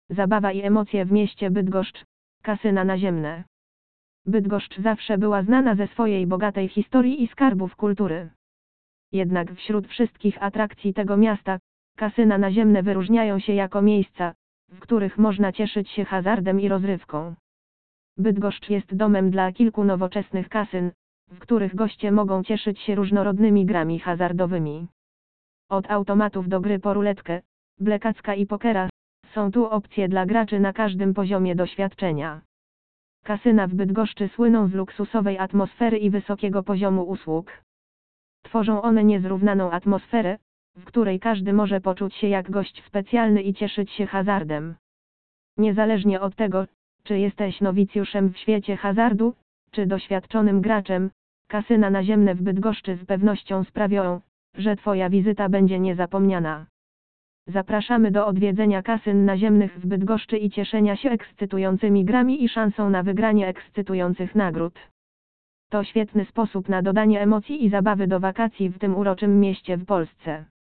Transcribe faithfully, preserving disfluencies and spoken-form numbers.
Zabawa i emocje w mieście Bydgoszcz. Kasyna naziemne. Bydgoszcz zawsze była znana ze swojej bogatej historii i skarbów kultury. Jednak wśród wszystkich atrakcji tego miasta, kasyna naziemne wyróżniają się jako miejsca, w których można cieszyć się hazardem i rozrywką. Bydgoszcz jest domem dla kilku nowoczesnych kasyn, w których goście mogą cieszyć się różnorodnymi grami hazardowymi. Od automatów do gry po ruletkę, blekacka i pokera, są tu opcje dla graczy na każdym poziomie doświadczenia. Kasyna w Bydgoszczy słyną z luksusowej atmosfery i wysokiego poziomu usług. Tworzą one niezrównaną atmosferę, w której każdy może poczuć się jak gość specjalny i cieszyć się hazardem. Niezależnie od tego, czy jesteś nowicjuszem w świecie hazardu, czy doświadczonym graczem, kasyna naziemne w Bydgoszczy z pewnością sprawią, że Twoja wizyta będzie niezapomniana. Zapraszamy do odwiedzenia kasyn naziemnych w Bydgoszczy i cieszenia się ekscytującymi grami i szansą na wygranie ekscytujących nagród. To świetny sposób na dodanie emocji i zabawy do wakacji w tym uroczym mieście w Polsce.